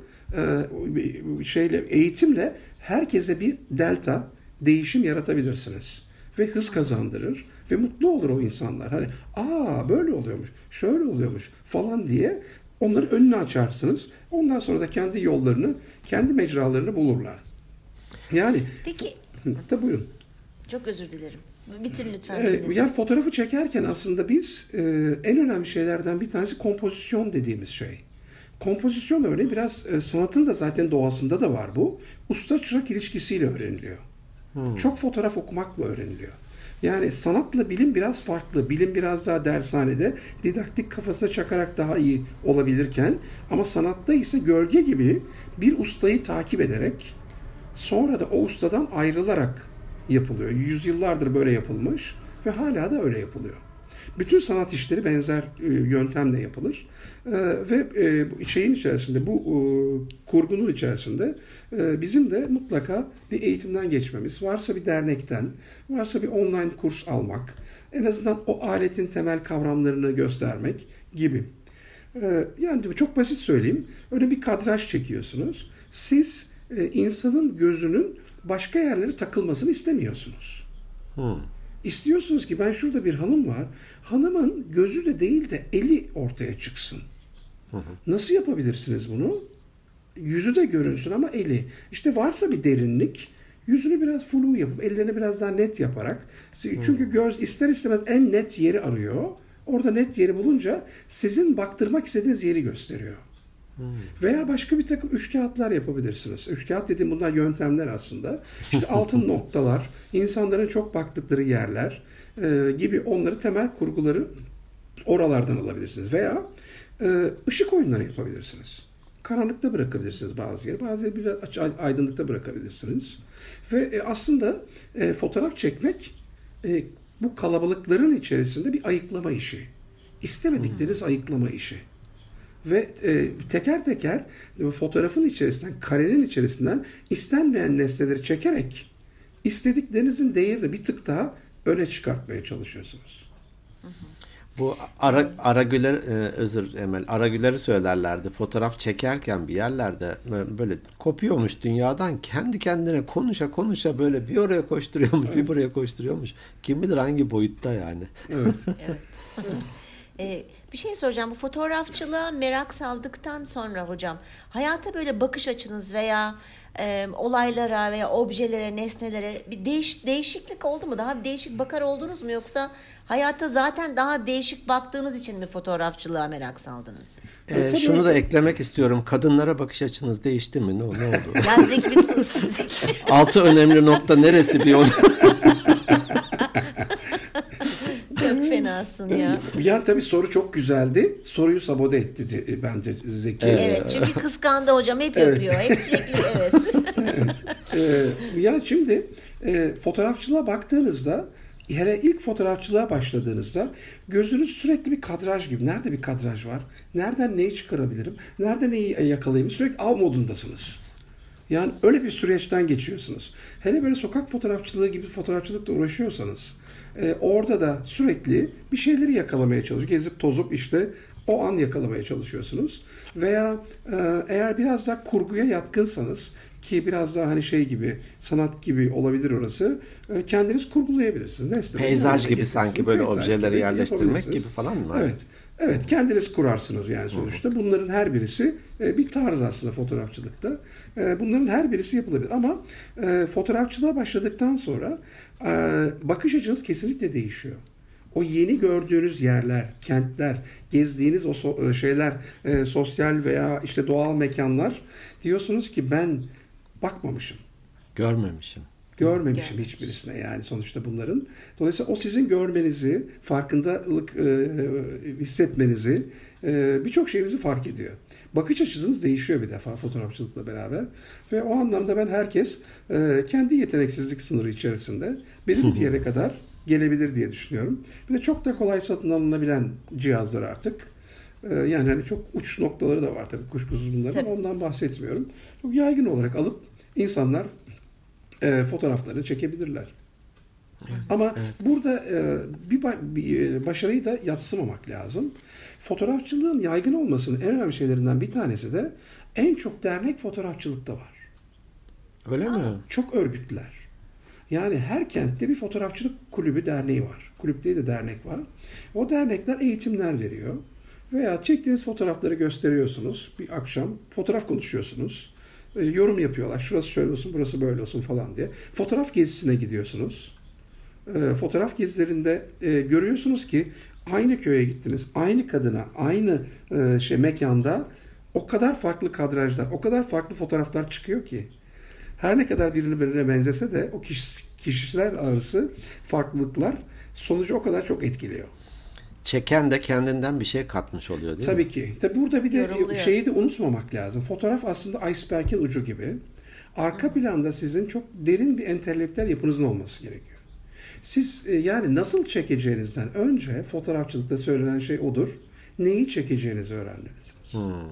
eğitimle herkese bir delta değişim yaratabilirsiniz. Ve hız kazandırır ve mutlu olur o insanlar. Hani böyle oluyormuş, şöyle oluyormuş falan diye onların önünü açarsınız. Ondan sonra da kendi yollarını, kendi mecralarını bulurlar. Yani Peki, tabii buyurun. çok özür dilerim. Bitirin lütfen. Yani fotoğrafı çekerken aslında biz en önemli şeylerden bir tanesi kompozisyon dediğimiz şey. Kompozisyon örneği biraz sanatın da zaten doğasında da var bu. Usta çırak ilişkisiyle öğreniliyor. Çok fotoğraf okumakla öğreniliyor. Yani sanatla bilim biraz farklı. Bilim biraz daha dershanede didaktik kafasına çakarak daha iyi olabilirken ama sanatta ise gölge gibi bir ustayı takip ederek sonra da o ustadan ayrılarak yapılıyor. Yüzyıllardır böyle yapılmış ve hala da öyle yapılıyor. Bütün sanat işleri benzer yöntemle yapılır. Ve şeyin içerisinde, bu kurgunun içerisinde bizim de mutlaka bir eğitimden geçmemiz, varsa bir dernekten, varsa bir online kurs almak, en azından o aletin temel kavramlarını göstermek gibi. Yani çok basit söyleyeyim, öyle bir kadraj çekiyorsunuz. Siz insanın gözünün başka yerlere takılmasını istemiyorsunuz. İstiyorsunuz ki ben şurada bir hanım var. Hanımın gözü de değil de eli ortaya çıksın. Nasıl yapabilirsiniz bunu? Yüzü de görünsün ama eli. İşte varsa bir derinlik, yüzünü biraz flu yapıp ellerini biraz daha net yaparak. Çünkü göz ister istemez en net yeri arıyor. Orada net yeri bulunca sizin baktırmak istediğiniz yeri gösteriyor. Veya başka bir takım üçkağıtlar yapabilirsiniz. Üçkağıt dediğim bunlar yöntemler aslında. İşte altın noktalar, insanların çok baktıkları yerler gibi onları temel kurguları oralardan alabilirsiniz. Veya ışık oyunları yapabilirsiniz. Karanlıkta bırakabilirsiniz bazı yeri. Bazı yeri biraz aydınlıkta bırakabilirsiniz. Ve aslında fotoğraf çekmek bu kalabalıkların içerisinde bir ayıklama işi. İstemedikleriniz ayıklama işi. Ve teker teker fotoğrafın içerisinden, karenin içerisinden istenmeyen nesneleri çekerek istediklerinizin değerini bir tık daha öne çıkartmaya çalışıyorsunuz. Bu Aragüler, özür Emel, Aragüler'i söylerlerdi. Fotoğraf çekerken bir yerlerde böyle kopuyormuş dünyadan, kendi kendine konuşa konuşa böyle bir oraya koşturuyormuş, bir buraya koşturuyormuş. Kim bilir hangi boyutta yani. Evet. Evet. Bir şey soracağım. Bu fotoğrafçılığa merak saldıktan sonra hocam, hayata böyle bakış açınız veya olaylara veya objelere, nesnelere bir değişiklik oldu mu? Daha bir değişik bakar oldunuz mu? Yoksa hayata zaten daha değişik baktığınız için mi fotoğrafçılığa merak saldınız? Şunu da eklemek istiyorum. Kadınlara bakış açınız değişti mi? Ne oldu? Ya Zeki bir sus. Zeki. 6 önemli nokta neresi bir onu? Çok fenasın ya. Ya tabii soru çok güzeldi. Soruyu sabote etti bence Zeki. Evet, çünkü kıskandı hocam. Hep yapıyor. Hep sürekli evet. Ya şimdi fotoğrafçılığa baktığınızda, hele ilk fotoğrafçılığa başladığınızda gözünüz sürekli bir kadraj gibi. Nerede bir kadraj var? Nereden neyi çıkarabilirim? Nerede neyi yakalayayım? Sürekli av modundasınız. Yani öyle bir süreçten geçiyorsunuz. Hele böyle sokak fotoğrafçılığı gibi fotoğrafçılıkla uğraşıyorsanız orada da sürekli bir şeyleri yakalamaya çalışıyorsunuz. Gezip tozup işte o an yakalamaya çalışıyorsunuz. Veya eğer biraz daha kurguya yatkınsanız, ki biraz daha hani şey gibi, sanat gibi olabilir orası, kendiniz kurgulayabilirsiniz. Nesneleri Peyzaj gibi sanki böyle objeleri yerleştirmek gibi falan mı? Evet. Evet, kendiniz kurarsınız yani sonuçta. Bunların her birisi bir tarz aslında fotoğrafçılıkta. Bunların her birisi yapılabilir. Ama fotoğrafçılığa başladıktan sonra bakış açınız kesinlikle değişiyor. O yeni gördüğünüz yerler, kentler, gezdiğiniz o şeyler, sosyal veya işte doğal mekanlar, diyorsunuz ki ben bakmamışım. Görmemişim hiçbirisine yani sonuçta bunların. Dolayısıyla o sizin görmenizi, farkındalık hissetmenizi, birçok şeyinizi fark ediyor. Bakış açınız değişiyor bir defa fotoğrafçılıkla beraber. Ve o anlamda ben herkes kendi yeteneksizlik sınırı içerisinde belirli bir yere kadar gelebilir diye düşünüyorum. Bir de çok da kolay satın alınabilen cihazlar artık. Yani hani çok uç noktaları da var tabii kuşkusuz bunların, ama ondan bahsetmiyorum. Çok yaygın olarak alıp insanlar fotoğraflarını çekebilirler. Ama burada bir başarıyı da yadsımamak lazım. Fotoğrafçılığın yaygın olmasının en önemli şeylerinden bir tanesi de en çok dernek fotoğrafçılıkta var. Öyle mi? Çok örgütler. Yani her kentte bir fotoğrafçılık kulübü, derneği var. Kulüp değil de dernek var. O dernekler eğitimler veriyor. Veya çektiğiniz fotoğrafları gösteriyorsunuz. Bir akşam fotoğraf konuşuyorsunuz. Yorum yapıyorlar. Şurası şöyle olsun, burası böyle olsun falan diye. Fotoğraf gezisine gidiyorsunuz. Fotoğraf gezilerinde görüyorsunuz ki aynı köye gittiniz. Aynı kadına, aynı mekanda o kadar farklı kadrajlar, o kadar farklı fotoğraflar çıkıyor ki. Her ne kadar birbirine benzese de o kişiler arası farklılıklar sonucu o kadar çok etkiliyor. Çeken de kendinden bir şey katmış oluyor değil mi? Tabii ki. Tabii burada bir de Yorumluyor. şeyi de unutmamak lazım. Fotoğraf aslında iceberg'in ucu gibi. Arka planda sizin çok derin bir entelektüel yapınızın olması gerekiyor. Siz yani nasıl çekeceğinizden önce fotoğrafçılıkta söylenen şey odur. Neyi çekeceğinizi öğrenmelisiniz.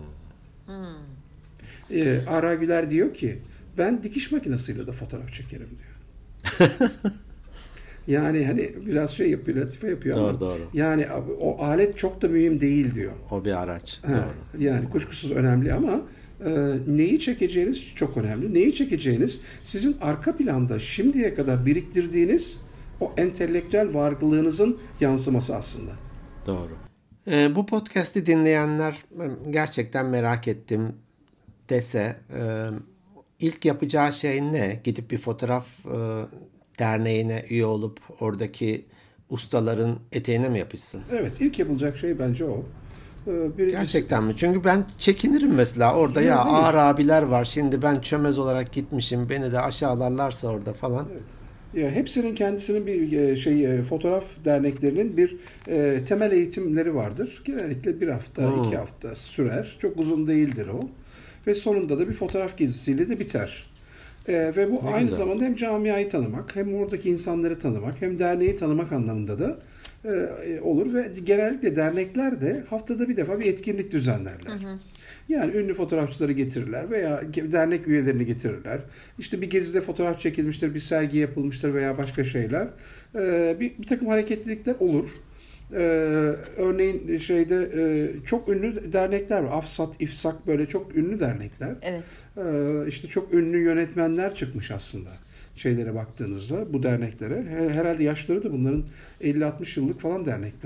Ara Güler diyor ki ben dikiş makinesiyle de fotoğraf çekerim diyor. Yani hani biraz şey yapıyor, latife yapıyor ama Doğru. yani o alet çok da mühim değil diyor. O bir araç. Doğru. Yani kuşkusuz önemli ama neyi çekeceğiniz çok önemli. Neyi çekeceğiniz sizin arka planda şimdiye kadar biriktirdiğiniz o entelektüel varlığınızın yansıması aslında. Doğru. Bu podcast'i dinleyenler gerçekten merak ettim dese ilk yapacağı şey ne? Gidip bir fotoğraf derneğine üye olup oradaki ustaların eteğine mi yapışsın? Evet, ilk yapılacak şey bence o. Gerçekten mi? Çünkü ben çekinirim mesela orada ya ağır abiler var. Şimdi ben çömez olarak gitmişim. Beni de aşağılarlarsa orada falan. Evet. Ya hepsinin kendisinin bir fotoğraf derneklerinin bir temel eğitimleri vardır. Genellikle 1 hafta, 2 hafta sürer. Çok uzun değildir o. Ve sonunda da bir fotoğraf gezisiyle de biter. Ve bu aynı zamanda hem camiayı tanımak, hem oradaki insanları tanımak, hem derneği tanımak anlamında da olur. Ve genellikle dernekler de haftada bir defa bir etkinlik düzenlerler. Yani ünlü fotoğrafçıları getirirler veya dernek üyelerini getirirler. İşte bir gezide fotoğraf çekilmiştir, bir sergi yapılmıştır veya başka şeyler. Bir takım hareketlilikler olur. Örneğin çok ünlü dernekler var. Afsat, İfsak böyle çok ünlü dernekler. Evet. İşte çok ünlü yönetmenler çıkmış aslında. Şeylere baktığınızda bu derneklere. Herhalde yaşları da bunların 50-60 yıllık falan dernekler.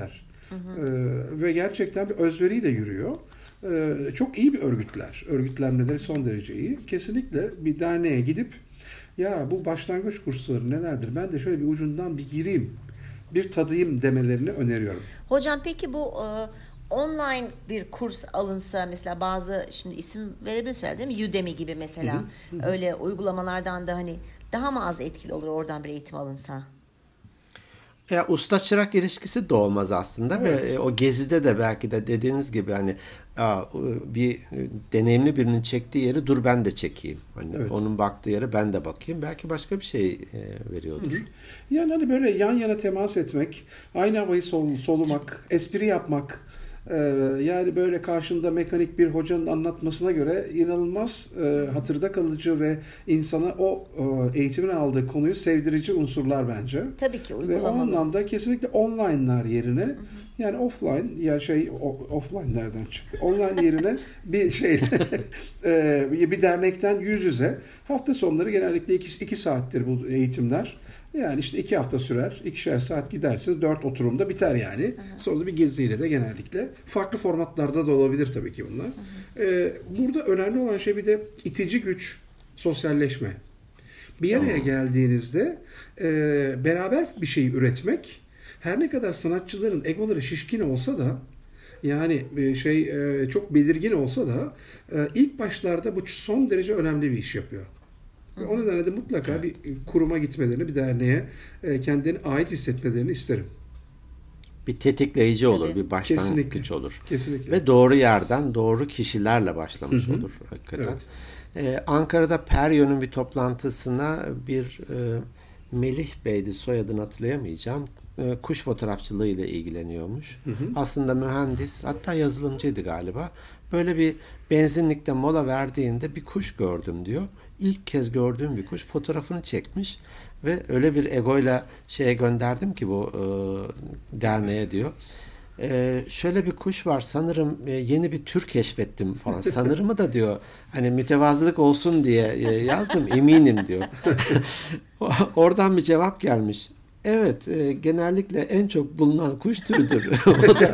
Ve gerçekten bir özveriyle yürüyor. Çok iyi bir örgütler. Örgütlenmeleri son derece iyi. Kesinlikle bir derneğe gidip ya bu başlangıç kursları nelerdir? Ben de şöyle bir ucundan bir gireyim, bir tadayım demelerini öneriyorum. Hocam peki bu online bir kurs alınsa mesela bazı şimdi isim verebilirler değil mi? Udemy gibi mesela öyle uygulamalardan da hani daha mı az etkili olur oradan bir eğitim alınsa? Ya usta çırak ilişkisi de olmaz aslında Evet. ve o gezide de belki de dediğiniz gibi hani bir deneyimli birinin çektiği yeri dur ben de çekeyim. Hani Evet. onun baktığı yere ben de bakayım. Belki başka bir şey veriyordur. Yani hani böyle yan yana temas etmek, aynı havayı solumak, espri yapmak, yani böyle karşında mekanik bir hocanın anlatmasına göre inanılmaz hatırda kalıcı ve insana o eğitimin aldığı konuyu sevdirici unsurlar bence. Tabii ki Ve o uygulamalı. anlamda kesinlikle online'lar yerine yani offline ya offline nereden çıktı? Online yerine bir şey bir dernekten yüz yüze hafta sonları genellikle 2 saattir bu eğitimler. Yani işte 2 hafta sürer. 2'şer saat gidersiniz. 4 oturumda biter yani. Sonra da bir geziyle de genellikle. Farklı formatlarda da olabilir tabii ki bunlar. Burada önemli olan şey bir de itici güç, sosyalleşme. Bir araya geldiğinizde beraber bir şey üretmek her ne kadar sanatçıların egoları şişkin olsa da yani çok belirgin olsa da ilk başlarda bu son derece önemli bir iş yapıyor. Ve o nedenle de mutlaka bir kuruma gitmelerini, bir derneğe kendilerini ait hissetmelerini isterim. Bir tetikleyici olur, Tabii. bir başlangıç Kesinlikle. olur. Kesinlikle. Ve doğru yerden, doğru kişilerle başlamış olur hakikaten. Evet. Ankara'da Peryon'un bir toplantısına bir Melih Bey'di, soyadını hatırlayamayacağım. Kuş fotoğrafçılığı ile ilgileniyormuş. Aslında mühendis, hatta yazılımcıydı galiba. Böyle bir benzinlikte mola verdiğinde bir kuş gördüm diyor. İlk kez gördüğüm bir kuş, fotoğrafını çekmiş ve öyle bir egoyla şeye gönderdim ki bu derneğe diyor. Şöyle bir kuş var sanırım yeni bir tür keşfettim falan. Sanırımı da diyor hani mütevazılık olsun diye yazdım, eminim diyor. Oradan bir cevap gelmiş. Evet, genellikle en çok bulunan kuş türüdür. O da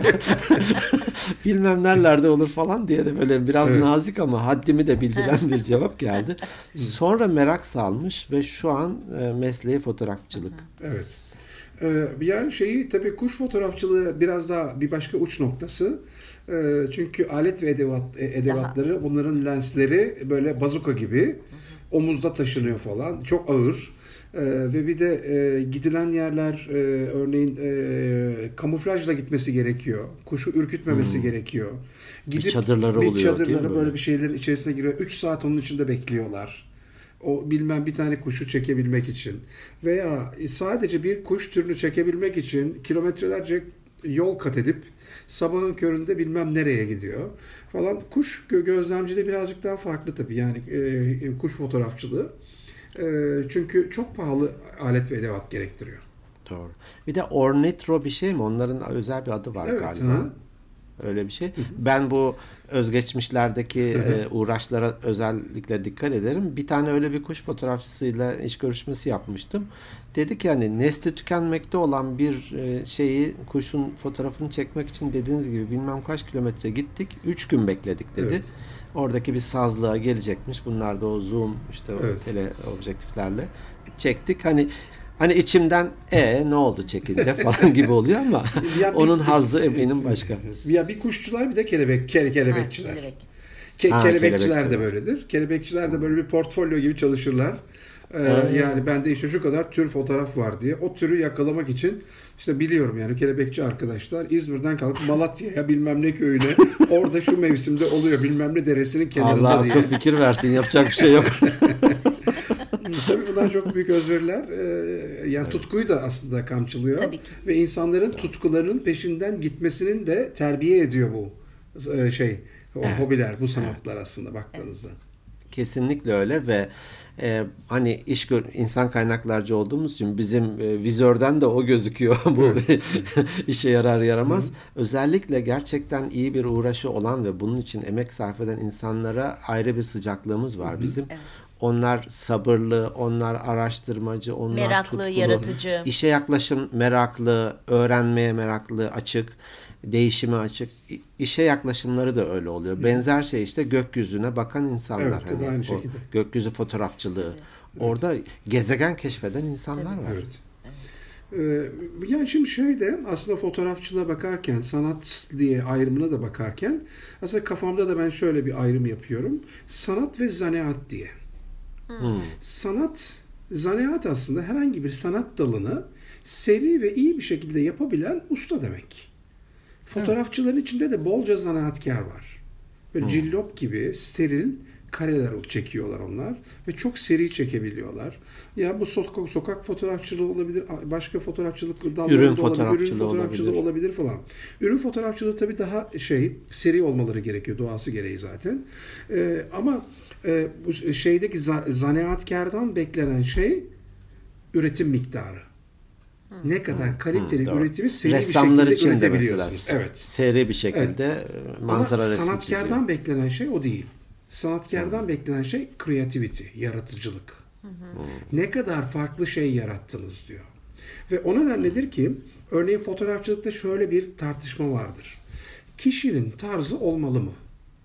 bilmem nerelerde olur falan diye de böyle biraz nazik ama haddimi de bildiren bir cevap geldi. Sonra merak salmış ve şu an mesleği fotoğrafçılık. Evet. Yani tabii kuş fotoğrafçılığı biraz daha bir başka uç noktası. Çünkü alet ve edevatları bunların lensleri böyle bazuka gibi omuzda taşınıyor falan. Çok ağır. Ve bir de gidilen yerler örneğin kamuflajla gitmesi gerekiyor. Kuşu ürkütmemesi gerekiyor. Bir çadırları oluyor, değil mi çadırları böyle? böyle bir şeylerin içerisine giriyor. 3 saat onun içinde bekliyorlar. O bilmem bir tane kuşu çekebilmek için. Veya sadece bir kuş türünü çekebilmek için kilometrelerce yol kat edip sabahın köründe bilmem nereye gidiyor falan. Kuş gözlemciliği birazcık daha farklı tabii. Yani kuş fotoğrafçılığı. Çünkü çok pahalı alet ve edevat gerektiriyor. Doğru. Bir de ornitro bir şey mi? Onların özel bir adı var Evet, galiba. hı. Öyle bir şey. Ben bu özgeçmişlerdeki uğraşlara özellikle dikkat ederim. Bir tane öyle bir kuş fotoğrafçısıyla iş görüşmesi yapmıştım. Dedi ki hani nesli tükenmekte olan bir kuşun fotoğrafını çekmek için dediğiniz gibi bilmem kaç kilometre gittik. 3 gün bekledik dedi. Evet. Oradaki bir sazlığa gelecekmiş. Bunlar da o zoom işte o Evet. tele objektiflerle çektik. Hani içimden ne oldu çekince falan gibi oluyor ama onun hazzı eminim başka. Ya bir kuşçular bir de kelebekçiler. Kelebek. Kelebekçiler de böyledir. Kelebekçiler de böyle bir portfolyo gibi çalışırlar. Yani bende işte şu kadar tür fotoğraf var diye. O türü yakalamak için işte biliyorum yani kelebekçi arkadaşlar İzmir'den kalkıp Malatya'ya bilmem ne köyüne orada şu mevsimde oluyor bilmem ne deresinin kenarında Allah diye. akıl fikir versin, yapacak bir şey yok. Tabii bunlar çok büyük özveriler. Yani tutkuyu da aslında kamçılıyor. Tabii ki. Ve insanların tutkularının peşinden gitmesinin de terbiye ediyor bu hobiler, bu sanatlar aslında baktığınızda. Kesinlikle öyle ve hani insan kaynaklarcı olduğumuz için bizim vizörden de o gözüküyor bu işe yarar yaramaz. Özellikle gerçekten iyi bir uğraşı olan ve bunun için emek sarf eden insanlara ayrı bir sıcaklığımız var bizim. Evet. Onlar sabırlı, onlar araştırmacı, onlar Meraklı, tutkulu, yaratıcı. işe yaklaşım meraklı, öğrenmeye meraklı, açık, değişime açık. İşe yaklaşımları da öyle oluyor. Benzer şey işte gökyüzüne bakan insanlar. Evet, tabii aynı şekilde. Gökyüzü fotoğrafçılığı. Orada gezegen keşfeden insanlar var. Evet. Yani şimdi şöyle, aslında fotoğrafçılığa bakarken, sanat diye ayrımına da bakarken, aslında kafamda da ben şöyle bir ayrım yapıyorum. Sanat ve zanaat diye. Sanat, zanaat aslında herhangi bir sanat dalını seri ve iyi bir şekilde yapabilen usta demek. Fotoğrafçıların içinde de bolca zanaatkar var. Böyle cillop gibi steril kareler çekiyorlar onlar ve çok seri çekebiliyorlar. Ya bu sokak fotoğrafçılığı olabilir, başka fotoğrafçılık dalları da olabilir, ürün fotoğrafçılığı olabilir falan. Ürün fotoğrafçılığı tabii daha seri olmaları gerekiyor, doğası gereği zaten. Ama bu şeydeki zanaatkardan beklenen şey üretim miktarı. Ne kadar kaliteli üretimi seri bir şekilde üretebiliyorsunuz. Evet. Seri bir şekilde manzara resmi çiziyor. Sanatkardan beklenen şey o değil. Sanatkardan beklenen şey creativity, yaratıcılık. Ne kadar farklı şey yarattınız diyor. Ve o nedenledir ki örneğin fotoğrafçılıkta şöyle bir tartışma vardır. Kişinin tarzı olmalı mı?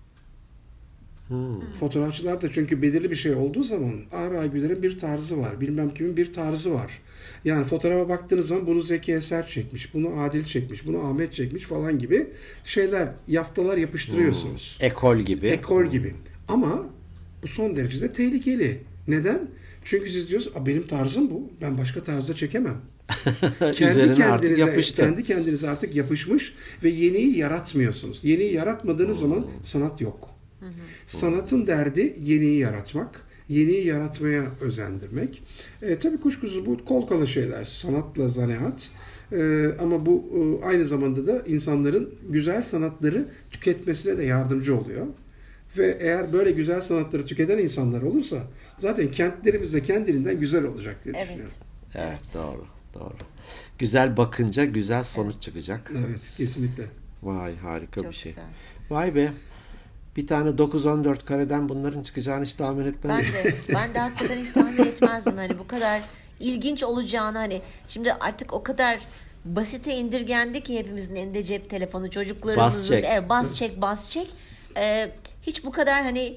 Fotoğrafçılarda çünkü belirli bir şey olduğu zaman Güler'in bir tarzı var. Bilmem kimin bir tarzı var. Yani fotoğrafa baktığınız zaman bunu Zeki Eser çekmiş, bunu Adil çekmiş, bunu Ahmet çekmiş falan gibi şeyler, yaftalar yapıştırıyorsunuz. Ekol gibi. Ekol gibi. Ama bu son derece de tehlikeli. Neden? Çünkü siz diyorsunuz benim tarzım bu. Ben başka tarzda çekemem. Kendi kendinize artık yapışmış ve yeniyi yaratmıyorsunuz. Yeniyi yaratmadığınız zaman sanat yok. Sanatın derdi yeniyi yaratmak. Yeniyi yaratmaya özendirmek. Tabii kuşkusuz bu kol kola şeyler. Sanatla zanaat. Ama bu aynı zamanda da insanların güzel sanatları tüketmesine de yardımcı oluyor. Ve eğer böyle güzel sanatları tüketen insanlar olursa zaten kentlerimiz de kendiliğinden güzel olacak diye düşünüyorum. Evet, doğru. Güzel bakınca güzel sonuç çıkacak. Evet, kesinlikle. Vay, harika bir şey. Güzel. Vay be. Bir tane 9-14 kareden bunların çıkacağını hiç tahmin etmezdim. Ben de hakikaten hiç tahmin etmezdim hani bu kadar ilginç olacağını. Hani şimdi artık o kadar basite indirgendi ki hepimizin elinde cep telefonu, çocuklarımızın bas çek. Hiç bu kadar hani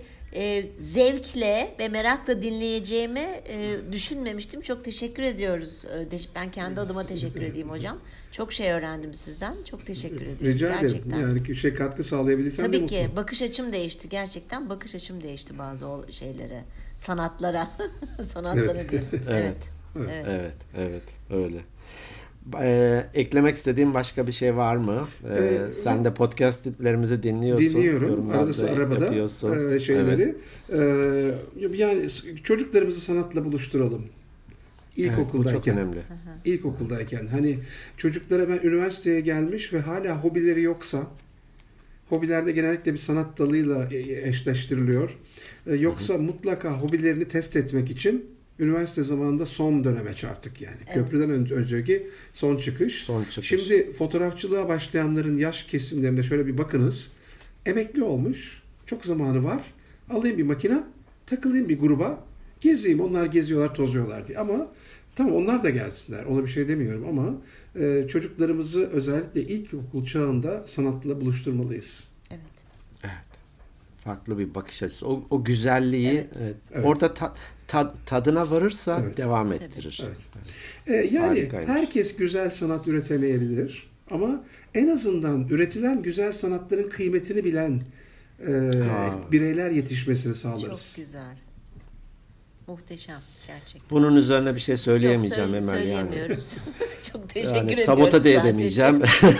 zevkle ve merakla dinleyeceğimi düşünmemiştim. Çok teşekkür ediyoruz. Ben kendi adıma teşekkür edeyim hocam. Çok şey öğrendim sizden. Çok teşekkür ediyorum. Rica gerçekten. ederim. Yani katkı sağlayabilirsem Tabii de ki. mutlu. Bakış açım değişti. Gerçekten bakış açım değişti bazı o şeylere. Sanatlara. Sanatlara Evet. diyelim. Evet. Öyle. Eklemek istediğin başka bir şey var mı? Sen de podcastlerimizi dinliyorsun. Dinliyorum. Arada arabada şeyleri. Evet. Yani çocuklarımızı sanatla buluşturalım. İlkokuldayken. Bu çok önemli. İlkokuldayken. Hani çocuklara ben üniversiteye gelmiş ve hala hobileri yoksa, hobilerde genellikle bir sanat dalıyla eşleştiriliyor. Yoksa mutlaka hobilerini test etmek için üniversite zamanında son dönemeç artık yani. Evet. Köprüden önceki son çıkış. Şimdi fotoğrafçılığa başlayanların yaş kesimlerine şöyle bir bakınız. Emekli olmuş. Çok zamanı var. Alayım bir makine, takılayım bir gruba, gezeyim. Onlar geziyorlar, tozuyorlar diye. Ama tamam onlar da gelsinler. Ona bir şey demiyorum ama çocuklarımızı özellikle ilkokul çağında sanatla buluşturmalıyız. Evet. Farklı bir bakış açısı. O güzelliği orada tadına varırsa devam ettirir. Evet. Yani herkes güzel sanat üretemeyebilir ama en azından üretilen güzel sanatların kıymetini bilen bireyler yetişmesini sağlarız. Çok güzel. Muhteşem gerçekten. Bunun üzerine bir şey söyleyemeyeceğim Emel yani. Söyleyemiyoruz. Çok teşekkür ediyoruz. Sabote de edemeyeceğim.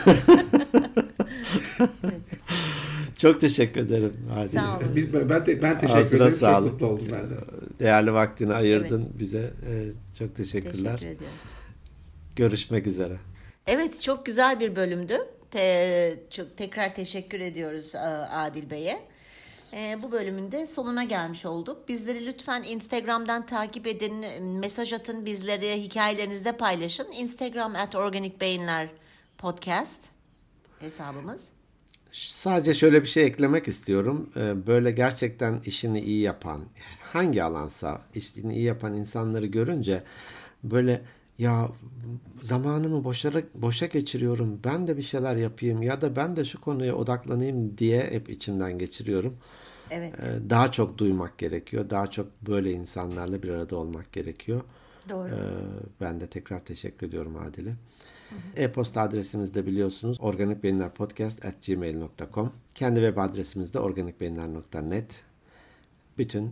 Çok teşekkür ederim. Sağ olun. Ben teşekkür ederim. Çok mutlu oldum ben de. Değerli vaktini ayırdın bize. Çok teşekkürler. Teşekkür ediyoruz. Görüşmek üzere. Evet, çok güzel bir bölümdü. Çok tekrar teşekkür ediyoruz Adil Bey'e. Bu bölümün de sonuna gelmiş olduk. Bizleri lütfen Instagram'dan takip edin, mesaj atın, bizleri hikayelerinizde paylaşın. Instagram @organikbeyinler podcast hesabımız. Sadece şöyle bir şey eklemek istiyorum. Böyle gerçekten işini iyi yapan, hangi alansa işini iyi yapan insanları görünce böyle ya zamanımı boşa geçiriyorum. Ben de bir şeyler yapayım ya da ben de şu konuya odaklanayım diye hep içimden geçiriyorum. Evet, Daha çok duymak gerekiyor. Daha çok böyle insanlarla bir arada olmak gerekiyor. doğru. Ben de tekrar teşekkür ediyorum Adile. E-posta adresimiz de biliyorsunuz organikbeyinlerpodcast@gmail.com. Kendi web adresimiz de organikbeyinler.net. Bütün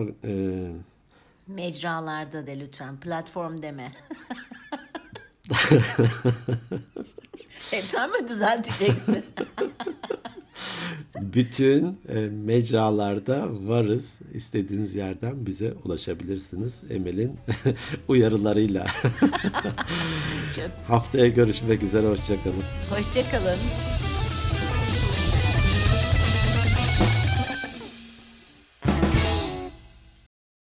Mecralarda de lütfen, platform deme. Hep sen mi düzelteceksin? bütün mecralarda varız. İstediğiniz yerden bize ulaşabilirsiniz. Emel'in uyarılarıyla. Çok Haftaya görüşmek üzere. Hoşça kalın. hoşça kalın.